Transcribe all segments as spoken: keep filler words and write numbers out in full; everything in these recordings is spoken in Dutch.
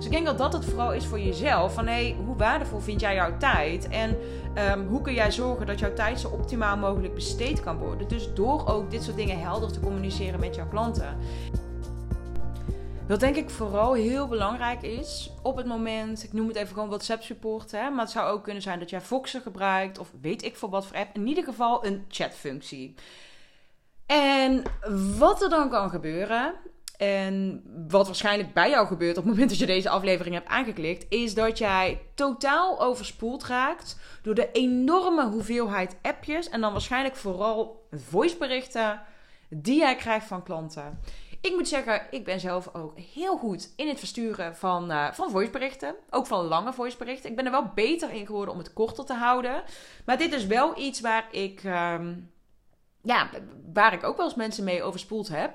Dus ik denk dat dat het vooral is voor jezelf. Van hé, hey, hoe waardevol vind jij jouw tijd? En um, hoe kun jij zorgen dat jouw tijd zo optimaal mogelijk besteed kan worden? Dus door ook dit soort dingen helder te communiceren met jouw klanten. Wat denk ik vooral heel belangrijk is op het moment, ik noem het even gewoon WhatsApp support, hè, maar het zou ook kunnen zijn dat jij Voxer gebruikt of weet ik voor wat voor app. In ieder geval een chatfunctie. En wat er dan kan gebeuren, en wat waarschijnlijk bij jou gebeurt op het moment dat je deze aflevering hebt aangeklikt, is dat jij totaal overspoeld raakt door de enorme hoeveelheid appjes en dan waarschijnlijk vooral voiceberichten die jij krijgt van klanten. Ik moet zeggen, ik ben zelf ook heel goed in het versturen van, uh, van voiceberichten. Ook van lange voiceberichten. Ik ben er wel beter in geworden om het korter te houden. Maar dit is wel iets waar ik, um, ja, waar ik ook wel eens mensen mee overspoeld heb.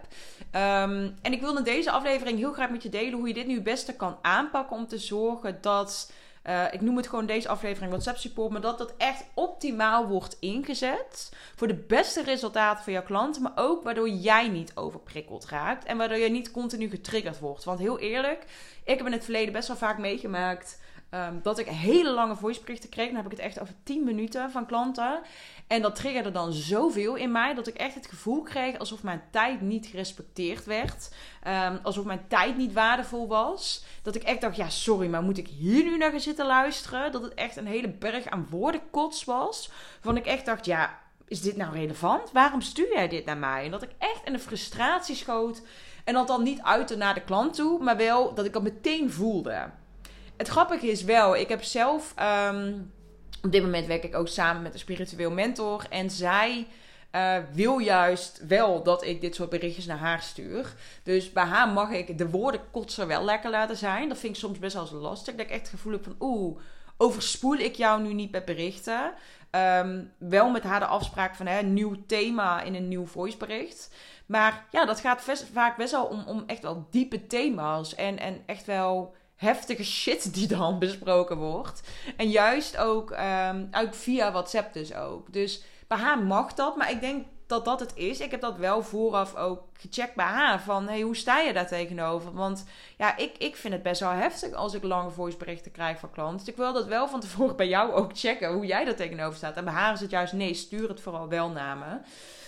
Um, en ik wil in deze aflevering heel graag met je delen hoe je dit nu het beste kan aanpakken om te zorgen dat, Uh, ik noem het gewoon deze aflevering WhatsApp support, maar dat dat echt optimaal wordt ingezet voor de beste resultaten voor jouw klanten, maar ook waardoor jij niet overprikkeld raakt en waardoor je niet continu getriggerd wordt. Want heel eerlijk, ik heb in het verleden best wel vaak meegemaakt um, dat ik hele lange voiceberichten kreeg. Dan heb ik het echt over tien minuten van klanten. En dat triggerde dan zoveel in mij dat ik echt het gevoel kreeg alsof mijn tijd niet gerespecteerd werd. Um, alsof mijn tijd niet waardevol was. Dat ik echt dacht, ja sorry, maar moet ik hier nu naar gaan zitten luisteren? Dat het echt een hele berg aan woordenkots was. Waarvan ik echt dacht, ja, is dit nou relevant? Waarom stuur jij dit naar mij? En dat ik echt in de frustratie schoot. En dat dan niet uiten naar de klant toe, maar wel dat ik dat meteen voelde. Het grappige is wel, ik heb zelf, um, op dit moment werk ik ook samen met een spiritueel mentor. En zij uh, wil juist wel dat ik dit soort berichtjes naar haar stuur. Dus bij haar mag ik de woordenkotser wel lekker laten zijn. Dat vind ik soms best wel eens lastig. Dat ik echt het gevoel heb van, oeh, overspoel ik jou nu niet met berichten? Um, wel met haar de afspraak van hè, een nieuw thema in een nieuw voicebericht. Maar ja, dat gaat best, vaak best wel om, om echt wel diepe thema's. En, en echt wel heftige shit die dan besproken wordt. En juist ook, um, ook via WhatsApp dus ook. Dus bij haar mag dat, maar ik denk dat dat het is. Ik heb dat wel vooraf ook gecheckt bij haar. Van, hey, hoe sta je daar tegenover? Want ja, ik, ik vind het best wel heftig als ik lange voiceberichten krijg van klanten. Dus ik wil dat wel van tevoren bij jou ook checken hoe jij daar tegenover staat. En bij haar is het juist, nee, stuur het vooral wel naar me.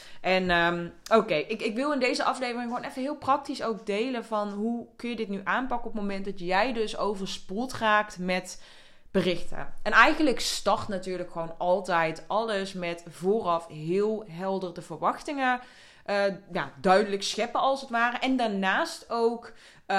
En um, oké, okay, ik, ik wil in deze aflevering gewoon even heel praktisch ook delen van hoe kun je dit nu aanpakken op het moment dat jij dus overspoeld raakt met berichten. En eigenlijk start natuurlijk gewoon altijd alles met vooraf heel helder de verwachtingen uh, ja, duidelijk scheppen als het ware. En daarnaast ook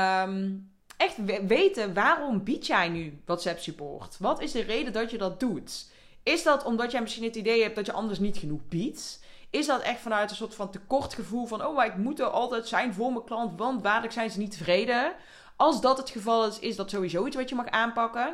um, echt weten waarom bied jij nu WhatsApp support? Wat is de reden dat je dat doet? Is dat omdat jij misschien het idee hebt dat je anders niet genoeg biedt? Is dat echt vanuit een soort van tekortgevoel van, oh, maar ik moet er altijd zijn voor mijn klant, want waarlijk zijn ze niet tevreden? Als dat het geval is, is dat sowieso iets wat je mag aanpakken.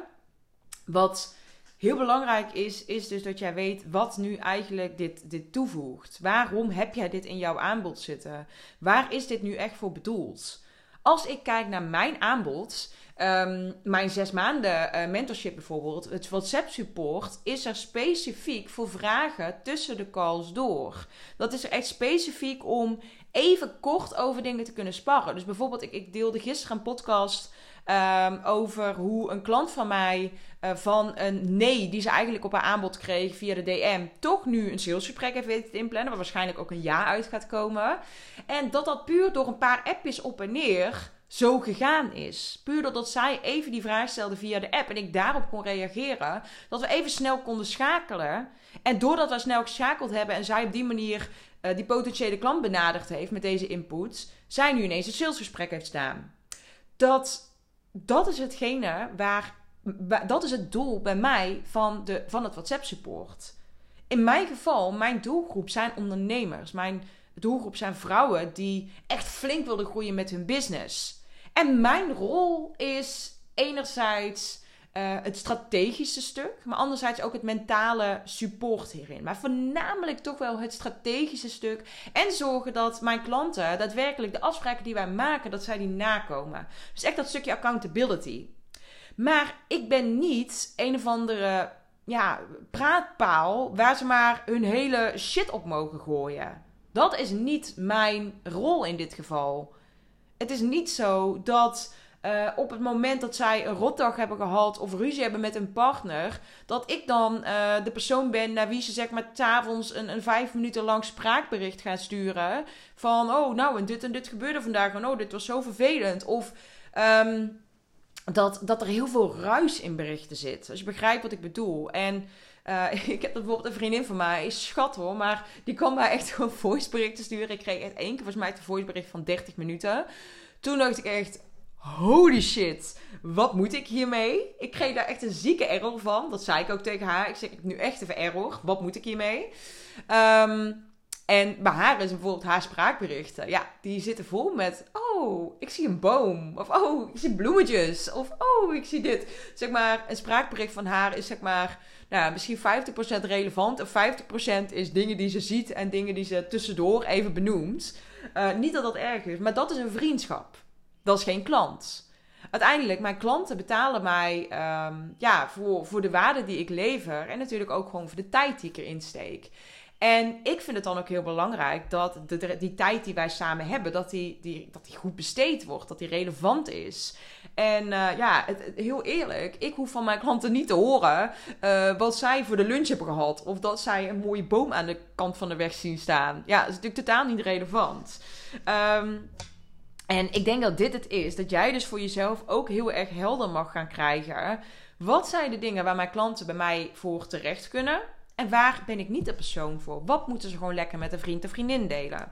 Wat heel belangrijk is, is dus dat jij weet wat nu eigenlijk dit, dit toevoegt. Waarom heb jij dit in jouw aanbod zitten? Waar is dit nu echt voor bedoeld? Als ik kijk naar mijn aanbod, um, mijn zes maanden uh, mentorship bijvoorbeeld, het WhatsApp support is er specifiek voor vragen tussen de calls door. Dat is er echt specifiek om even kort over dingen te kunnen sparren. Dus bijvoorbeeld, ik, ik deelde gisteren een podcast Um, over hoe een klant van mij uh, van een nee die ze eigenlijk op haar aanbod kreeg via de D M toch nu een salesgesprek heeft weten te inplannen, waar waarschijnlijk ook een ja uit gaat komen. En dat dat puur door een paar appjes op en neer zo gegaan is. Puur doordat zij even die vraag stelde via de app en ik daarop kon reageren, dat we even snel konden schakelen. En doordat we snel geschakeld hebben en zij op die manier uh, die potentiële klant benaderd heeft met deze inputs, zij nu ineens een salesgesprek heeft staan. Dat Dat is hetgene waar, dat is het doel bij mij van, de, van het WhatsApp support. In mijn geval, mijn doelgroep zijn ondernemers. Mijn doelgroep zijn vrouwen die echt flink willen groeien met hun business. En mijn rol is enerzijds uh, het strategische stuk, maar anderzijds ook het mentale support hierin. Maar voornamelijk toch wel het strategische stuk en zorgen dat mijn klanten daadwerkelijk de afspraken die wij maken, dat zij die nakomen. Dus echt dat stukje accountability. Maar ik ben niet een of andere ja, praatpaal waar ze maar hun hele shit op mogen gooien. Dat is niet mijn rol in dit geval. Het is niet zo dat uh, op het moment dat zij een rotdag hebben gehad of ruzie hebben met een partner, dat ik dan uh, de persoon ben naar wie ze zeg maar 's avonds een, een vijf minuten lang spraakbericht gaan sturen. Van, oh nou, en dit en dit gebeurde vandaag. En oh, dit was zo vervelend. Of um, dat, dat er heel veel ruis in berichten zit. Als je begrijpt wat ik bedoel. En uh, ik heb bijvoorbeeld een vriendin van mij, is schat hoor, maar die kan mij echt gewoon voiceberichten sturen. Ik kreeg echt één keer volgens mij een voicebericht van dertig minuten. Toen dacht ik echt, holy shit, wat moet ik hiermee? Ik kreeg daar echt een zieke error van. Dat zei ik ook tegen haar. Ik zeg, ik heb nu echt even error. Wat moet ik hiermee? Um, en bij haar is bijvoorbeeld haar spraakberichten. Ja, die zitten vol met, oh, ik zie een boom. Of, oh, ik zie bloemetjes. Of, oh, ik zie dit. Zeg maar, een spraakbericht van haar is zeg maar, nou, misschien vijftig procent relevant. En vijftig procent is dingen die ze ziet en dingen die ze tussendoor even benoemt. Uh, niet dat dat erg is, maar dat is een vriendschap. Dat is geen klant. Uiteindelijk, mijn klanten betalen mij um, ja, voor, voor de waarde die ik lever. En natuurlijk ook gewoon voor de tijd die ik erin steek. En ik vind het dan ook heel belangrijk dat de, die tijd die wij samen hebben, dat die, die, dat die goed besteed wordt. Dat die relevant is. En uh, ja, het, het, heel eerlijk, ik hoef van mijn klanten niet te horen uh, wat zij voor de lunch hebben gehad. Of dat zij een mooie boom aan de kant van de weg zien staan. Ja, dat is natuurlijk totaal niet relevant. Um, En ik denk dat dit het is. Dat jij dus voor jezelf ook heel erg helder mag gaan krijgen. Wat zijn de dingen waar mijn klanten bij mij voor terecht kunnen? En waar ben ik niet de persoon voor? Wat moeten ze gewoon lekker met een vriend of vriendin delen?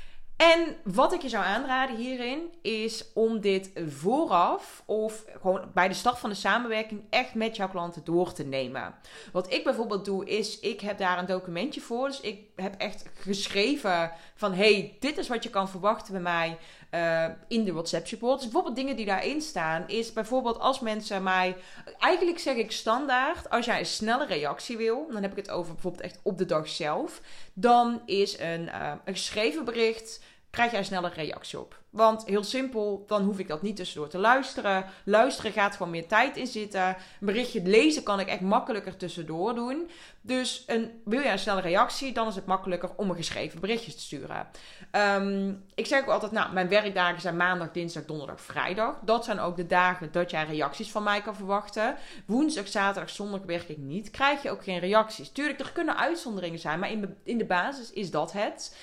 En wat ik je zou aanraden hierin is om dit vooraf of gewoon bij de start van de samenwerking echt met jouw klanten door te nemen. Wat ik bijvoorbeeld doe is, ik heb daar een documentje voor. Dus ik heb echt geschreven van, hey, dit is wat je kan verwachten bij mij uh, in de WhatsApp support. Dus bijvoorbeeld dingen die daarin staan is bijvoorbeeld als mensen mij, eigenlijk zeg ik standaard, als jij een snelle reactie wil, dan heb ik het over bijvoorbeeld echt op de dag zelf, dan is een, uh, een geschreven bericht, krijg jij een snelle reactie op. Want heel simpel, dan hoef ik dat niet tussendoor te luisteren. Luisteren gaat gewoon meer tijd in zitten. Een berichtje lezen kan ik echt makkelijker tussendoor doen. Dus een, wil je een snelle reactie, dan is het makkelijker om een geschreven berichtje te sturen. Um, ik zeg ook altijd, nou, mijn werkdagen zijn maandag, dinsdag, donderdag, vrijdag. Dat zijn ook de dagen dat jij reacties van mij kan verwachten. Woensdag, zaterdag, zondag werk ik niet. Krijg je ook geen reacties. Tuurlijk, er kunnen uitzonderingen zijn, maar in, de, in de basis is dat het.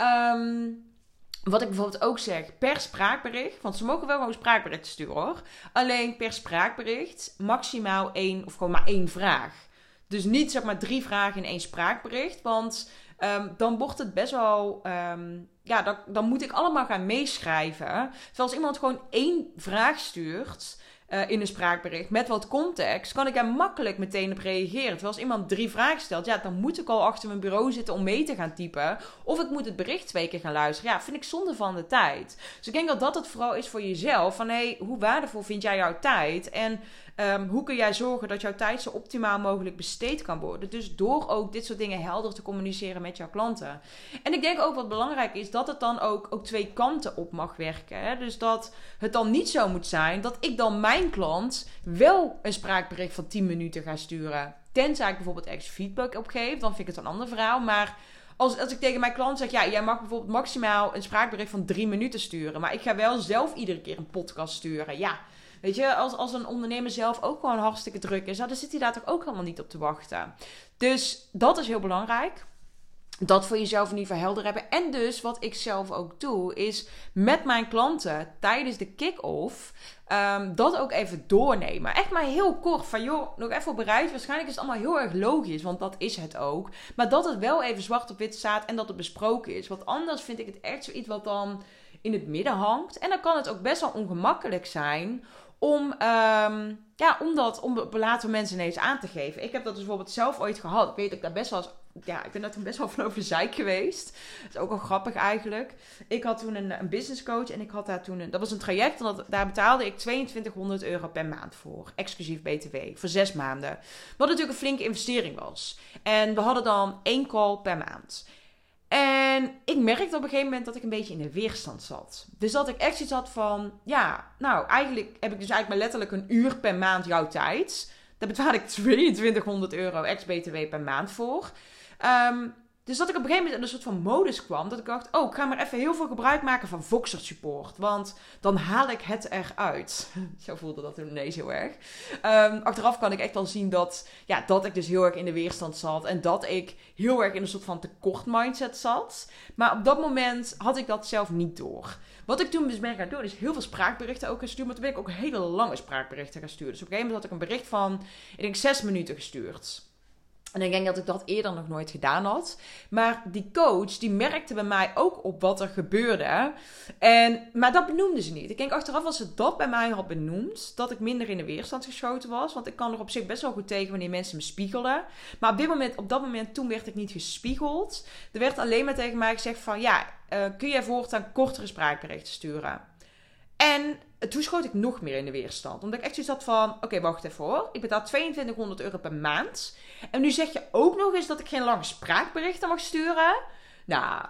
Um, Wat ik bijvoorbeeld ook zeg, per spraakbericht, want ze mogen wel gewoon spraakberichten sturen hoor. Alleen per spraakbericht maximaal één of gewoon maar één vraag. Dus niet zeg maar drie vragen in één spraakbericht, want um, dan wordt het best wel, um, ja, dan, dan moet ik allemaal gaan meeschrijven. Terwijl als iemand gewoon één vraag stuurt Uh, in een spraakbericht met wat context, kan ik daar makkelijk meteen op reageren. Terwijl als iemand drie vragen stelt, ja, dan moet ik al achter mijn bureau zitten om mee te gaan typen. Of ik moet het bericht twee keer gaan luisteren. Ja, vind ik zonde van de tijd. Dus ik denk dat dat het vooral is voor jezelf. Van, hé, hey, hoe waardevol vind jij jouw tijd? En um, hoe kun jij zorgen dat jouw tijd zo optimaal mogelijk besteed kan worden? Dus door ook dit soort dingen helder te communiceren met jouw klanten. En ik denk ook wat belangrijk is, dat het dan ook, ook twee kanten op mag werken. Hè? Dus dat het dan niet zo moet zijn dat ik dan mijn klant wel een spraakbericht van tien minuten ga sturen. Tenzij ik bijvoorbeeld ergens feedback op geef, dan vind ik het een ander verhaal. Maar als, als ik tegen mijn klant zeg, ja, jij mag bijvoorbeeld maximaal een spraakbericht van drie minuten sturen. Maar ik ga wel zelf iedere keer een podcast sturen. Ja, weet je, als, als een ondernemer zelf ook gewoon hartstikke druk is, dan zit hij daar toch ook helemaal niet op te wachten. Dus dat is heel belangrijk. Dat voor jezelf in ieder geval helder hebben. En dus wat ik zelf ook doe, is met mijn klanten tijdens de kick-off um, dat ook even doornemen. Echt maar heel kort van, joh, nog even bereid. Waarschijnlijk is het allemaal heel erg logisch, want dat is het ook. Maar dat het wel even zwart op wit staat en dat het besproken is. Want anders vind ik het echt zoiets wat dan in het midden hangt. En dan kan het ook best wel ongemakkelijk zijn om, um, ja, om dat om later mensen ineens aan te geven. Ik heb dat dus bijvoorbeeld zelf ooit gehad. Ik weet dat ik daar best wel eens, ja, ik ben daar toen best wel van over de zeik geweest. Dat is ook wel grappig eigenlijk. Ik had toen een, een business coach en ik had daar toen een, dat was een traject en dat, daar betaalde ik tweeëntwintighonderd euro per maand voor. Exclusief B T W. Voor zes maanden. Wat natuurlijk een flinke investering was. En we hadden dan één call per maand. En ik merkte op een gegeven moment dat ik een beetje in de weerstand zat. Dus dat ik echt iets had van, ja, nou, eigenlijk heb ik dus eigenlijk maar letterlijk een uur per maand jouw tijd. Daar betaal ik tweeëntwintighonderd euro ex-B T W per maand voor. Um, Dus dat ik op een gegeven moment in een soort van modus kwam. Dat ik dacht, oh, ik ga maar even heel veel gebruik maken van Voxer support. Want dan haal ik het eruit. Zo voelde dat toen ineens heel erg. Um, achteraf kan ik echt wel zien dat, ja, dat ik dus heel erg in de weerstand zat. En dat ik heel erg in een soort van tekort mindset zat. Maar op dat moment had ik dat zelf niet door. Wat ik toen dus ben gaan doen, is heel veel spraakberichten ook gestuurd. Maar toen ben ik ook hele lange spraakberichten gaan sturen. Dus op een gegeven moment had ik een bericht van, ik denk, zes minuten gestuurd. En ik denk dat ik dat eerder nog nooit gedaan had. Maar die coach, die merkte bij mij ook op wat er gebeurde. En, maar dat benoemde ze niet. Ik denk achteraf, als ze dat bij mij had benoemd, dat ik minder in de weerstand geschoten was. Want ik kan er op zich best wel goed tegen wanneer mensen me spiegelen. Maar op, dit moment, op dat moment, toen werd ik niet gespiegeld. Er werd alleen maar tegen mij gezegd van, ja, uh, kun jij voortaan kortere spraakberichten sturen? En toen schoot ik nog meer in de weerstand. Omdat ik echt zoiets had van, oké, okay, wacht even hoor. Ik betaal tweeëntwintighonderd euro per maand. En nu zeg je ook nog eens dat ik geen lange spraakberichten mag sturen. Nou,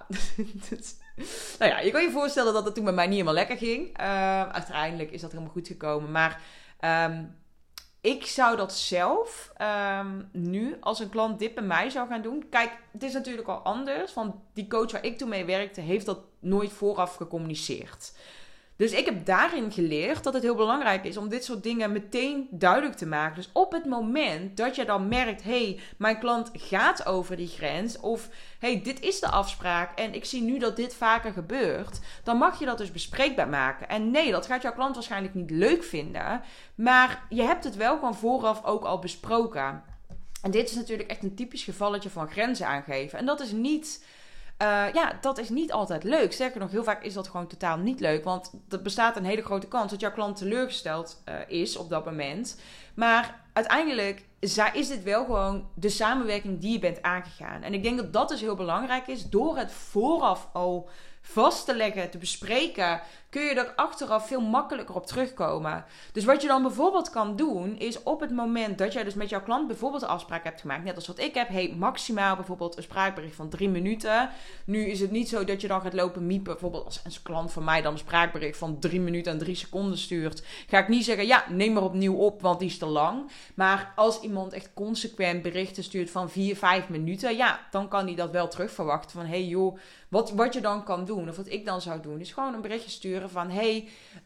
nou ja, je kan je voorstellen dat het toen bij mij niet helemaal lekker ging. Uh, uiteindelijk is dat helemaal goed gekomen. Maar um, ik zou dat zelf um, nu, als een klant dit bij mij zou gaan doen. Kijk, het is natuurlijk al anders. Want die coach waar ik toen mee werkte, heeft dat nooit vooraf gecommuniceerd. Dus ik heb daarin geleerd dat het heel belangrijk is om dit soort dingen meteen duidelijk te maken. Dus op het moment dat je dan merkt, hé, hey, mijn klant gaat over die grens. Of, hé, hey, dit is de afspraak en ik zie nu dat dit vaker gebeurt. Dan mag je dat dus bespreekbaar maken. En nee, dat gaat jouw klant waarschijnlijk niet leuk vinden. Maar je hebt het wel gewoon vooraf ook al besproken. En dit is natuurlijk echt een typisch gevalletje van grenzen aangeven. En dat is niet... Uh, ja, dat is niet altijd leuk. Sterker nog, heel vaak is dat gewoon totaal niet leuk. Want er bestaat een hele grote kans dat jouw klant teleurgesteld uh, is op dat moment. Maar uiteindelijk is dit wel gewoon de samenwerking die je bent aangegaan. En ik denk dat dat dus heel belangrijk is. Door het vooraf al vast te leggen, te bespreken, kun je er achteraf veel makkelijker op terugkomen. Dus wat je dan bijvoorbeeld kan doen, is op het moment dat jij dus met jouw klant bijvoorbeeld een afspraak hebt gemaakt, net als wat ik heb, hey, maximaal bijvoorbeeld een spraakbericht van drie minuten. Nu is het niet zo dat je dan gaat lopen miepen. Bijvoorbeeld als een klant van mij dan een spraakbericht van drie minuten en drie seconden stuurt, ga ik niet zeggen, ja, neem maar opnieuw op, want die is te lang. Maar als iemand echt consequent berichten stuurt van vier, vijf minuten, ja, dan kan hij dat wel terugverwachten van, hey joh, wat, wat je dan kan doen, of wat ik dan zou doen, is gewoon een berichtje sturen van, hey,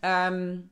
um,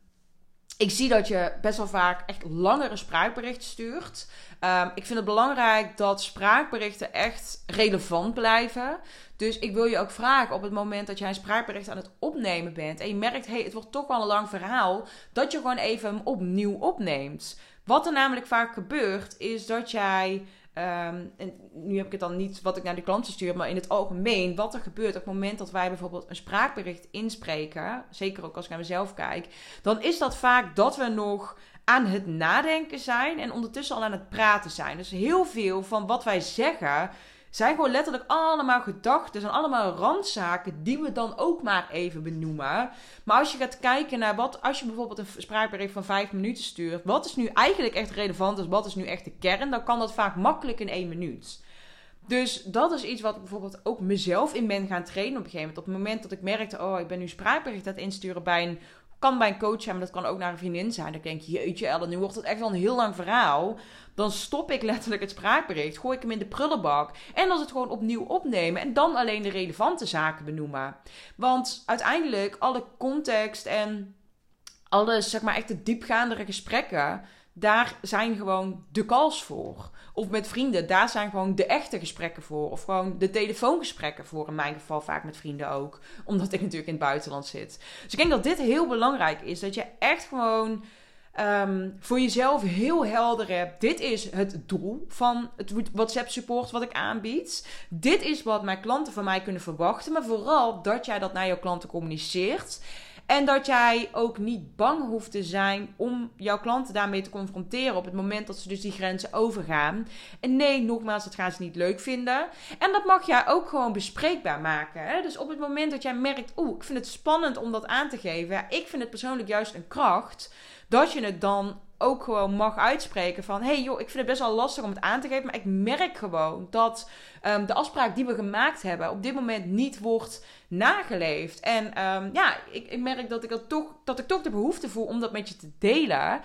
ik zie dat je best wel vaak echt langere spraakberichten stuurt. Um, ik vind het belangrijk dat spraakberichten echt relevant blijven. Dus ik wil je ook vragen op het moment dat jij een spraakbericht aan het opnemen bent en je merkt, hey, het wordt toch wel een lang verhaal, dat je gewoon even hem opnieuw opneemt. Wat er namelijk vaak gebeurt, is dat jij... Um, en nu heb ik het dan niet wat ik naar de klanten stuur, maar in het algemeen wat er gebeurt op het moment dat wij bijvoorbeeld een spraakbericht inspreken, zeker ook als ik naar mezelf kijk, dan is dat vaak dat we nog aan het nadenken zijn en ondertussen al aan het praten zijn. Dus heel veel van wat wij zeggen zijn gewoon letterlijk allemaal gedachten en allemaal randzaken die we dan ook maar even benoemen. Maar als je gaat kijken naar wat, als je bijvoorbeeld een spraakbericht van vijf minuten stuurt, wat is nu eigenlijk echt relevant, dus wat is nu echt de kern, dan kan dat vaak makkelijk in één minuut. Dus dat is iets wat ik bijvoorbeeld ook mezelf in ben gaan trainen op een gegeven moment. Op het moment dat ik merkte, oh, ik ben nu spraakbericht aan het insturen bij een, kan bij een coach zijn, maar dat kan ook naar een vriendin zijn. Dan denk je, jeetje Ellen, nu wordt het echt wel een heel lang verhaal. Dan stop ik letterlijk het spraakbericht, gooi ik hem in de prullenbak en als het gewoon opnieuw opnemen en dan alleen de relevante zaken benoemen. Want uiteindelijk alle context en alle, zeg maar, echt de diepgaandere gesprekken, daar zijn gewoon de calls voor. Of met vrienden, daar zijn gewoon de echte gesprekken voor. Of gewoon de telefoongesprekken voor, in mijn geval vaak met vrienden ook. Omdat ik natuurlijk in het buitenland zit. Dus ik denk dat dit heel belangrijk is. Dat je echt gewoon um, voor jezelf heel helder hebt. Dit is het doel van het WhatsApp support wat ik aanbied. Dit is wat mijn klanten van mij kunnen verwachten. Maar vooral dat jij dat naar jouw klanten communiceert. En dat jij ook niet bang hoeft te zijn om jouw klanten daarmee te confronteren op het moment dat ze dus die grenzen overgaan. En nee, nogmaals, dat gaan ze niet leuk vinden. En dat mag jij ook gewoon bespreekbaar maken. Hè? Dus op het moment dat jij merkt, oeh, ik vind het spannend om dat aan te geven. Ja, ik vind het persoonlijk juist een kracht. Dat je het dan ook gewoon mag uitspreken van, hey joh, ik vind het best wel lastig om het aan te geven. Maar ik merk gewoon dat um, de afspraak die we gemaakt hebben op dit moment niet wordt nageleefd. En um, ja, ik, ik merk dat ik, dat, toch, dat ik toch de behoefte voel om dat met je te delen.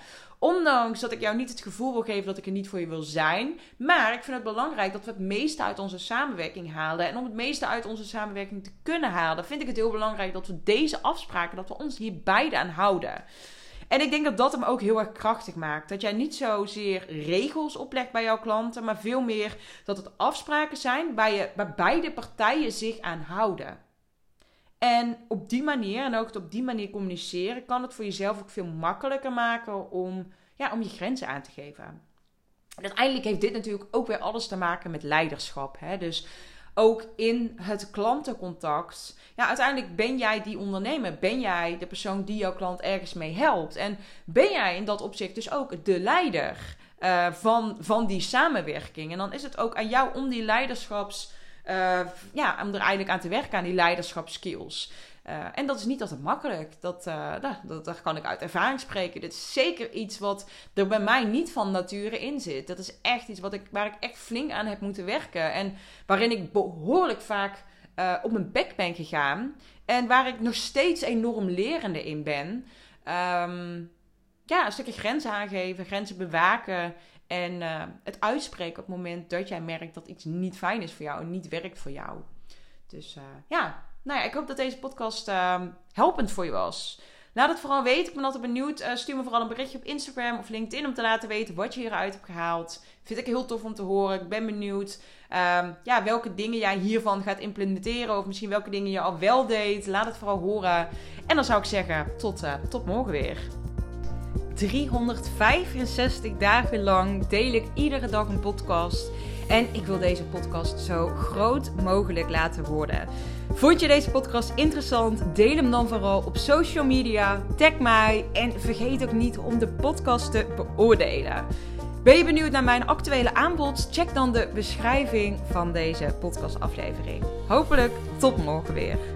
Ondanks dat ik jou niet het gevoel wil geven dat ik er niet voor je wil zijn. Maar ik vind het belangrijk dat we het meeste uit onze samenwerking halen. En om het meeste uit onze samenwerking te kunnen halen, vind ik het heel belangrijk dat we deze afspraken, dat we ons hier beide aan houden. En ik denk dat dat hem ook heel erg krachtig maakt. Dat jij niet zozeer regels oplegt bij jouw klanten, maar veel meer dat het afspraken zijn waar, je, waar beide partijen zich aan houden. En op die manier, en ook op die manier communiceren, kan het voor jezelf ook veel makkelijker maken om, ja, om je grenzen aan te geven. En uiteindelijk heeft dit natuurlijk ook weer alles te maken met leiderschap. Hè? Dus ook in het klantencontact, ja, uiteindelijk ben jij die ondernemer. Ben jij de persoon die jouw klant ergens mee helpt. En ben jij in dat opzicht dus ook de leider uh, van, van die samenwerking. En dan is het ook aan jou om die leiderschaps... Uh, ja, om er eigenlijk aan te werken, aan die leiderschapskills. Uh, en dat is niet altijd makkelijk. Dat, uh, dat, dat, dat kan ik uit ervaring spreken. Dit is zeker iets wat er bij mij niet van nature in zit. Dat is echt iets wat ik, waar ik echt flink aan heb moeten werken. En waarin ik behoorlijk vaak uh, op mijn bek ben gegaan. En waar ik nog steeds enorm lerende in ben. Um, ja, een stukje grenzen aangeven, grenzen bewaken. En uh, het uitspreken op het moment dat jij merkt dat iets niet fijn is voor jou en niet werkt voor jou. Dus uh, ja, nou ja, ik hoop dat deze podcast uh, helpend voor je was. Laat het vooral weten. Ik ben altijd benieuwd. Uh, stuur me vooral een berichtje op Instagram of LinkedIn om te laten weten wat je hieruit hebt gehaald. Vind ik heel tof om te horen. Ik ben benieuwd uh, ja, welke dingen jij hiervan gaat implementeren. Of misschien welke dingen je al wel deed. Laat het vooral horen. En dan zou ik zeggen, tot, uh, tot morgen weer. driehonderdvijfenzestig dagen lang deel ik iedere dag een podcast. En ik wil deze podcast zo groot mogelijk laten worden. Vond je deze podcast interessant? Deel hem dan vooral op social media. Tag mij. En vergeet ook niet om de podcast te beoordelen. Ben je benieuwd naar mijn actuele aanbod? Check dan de beschrijving van deze podcastaflevering. Hopelijk tot morgen weer.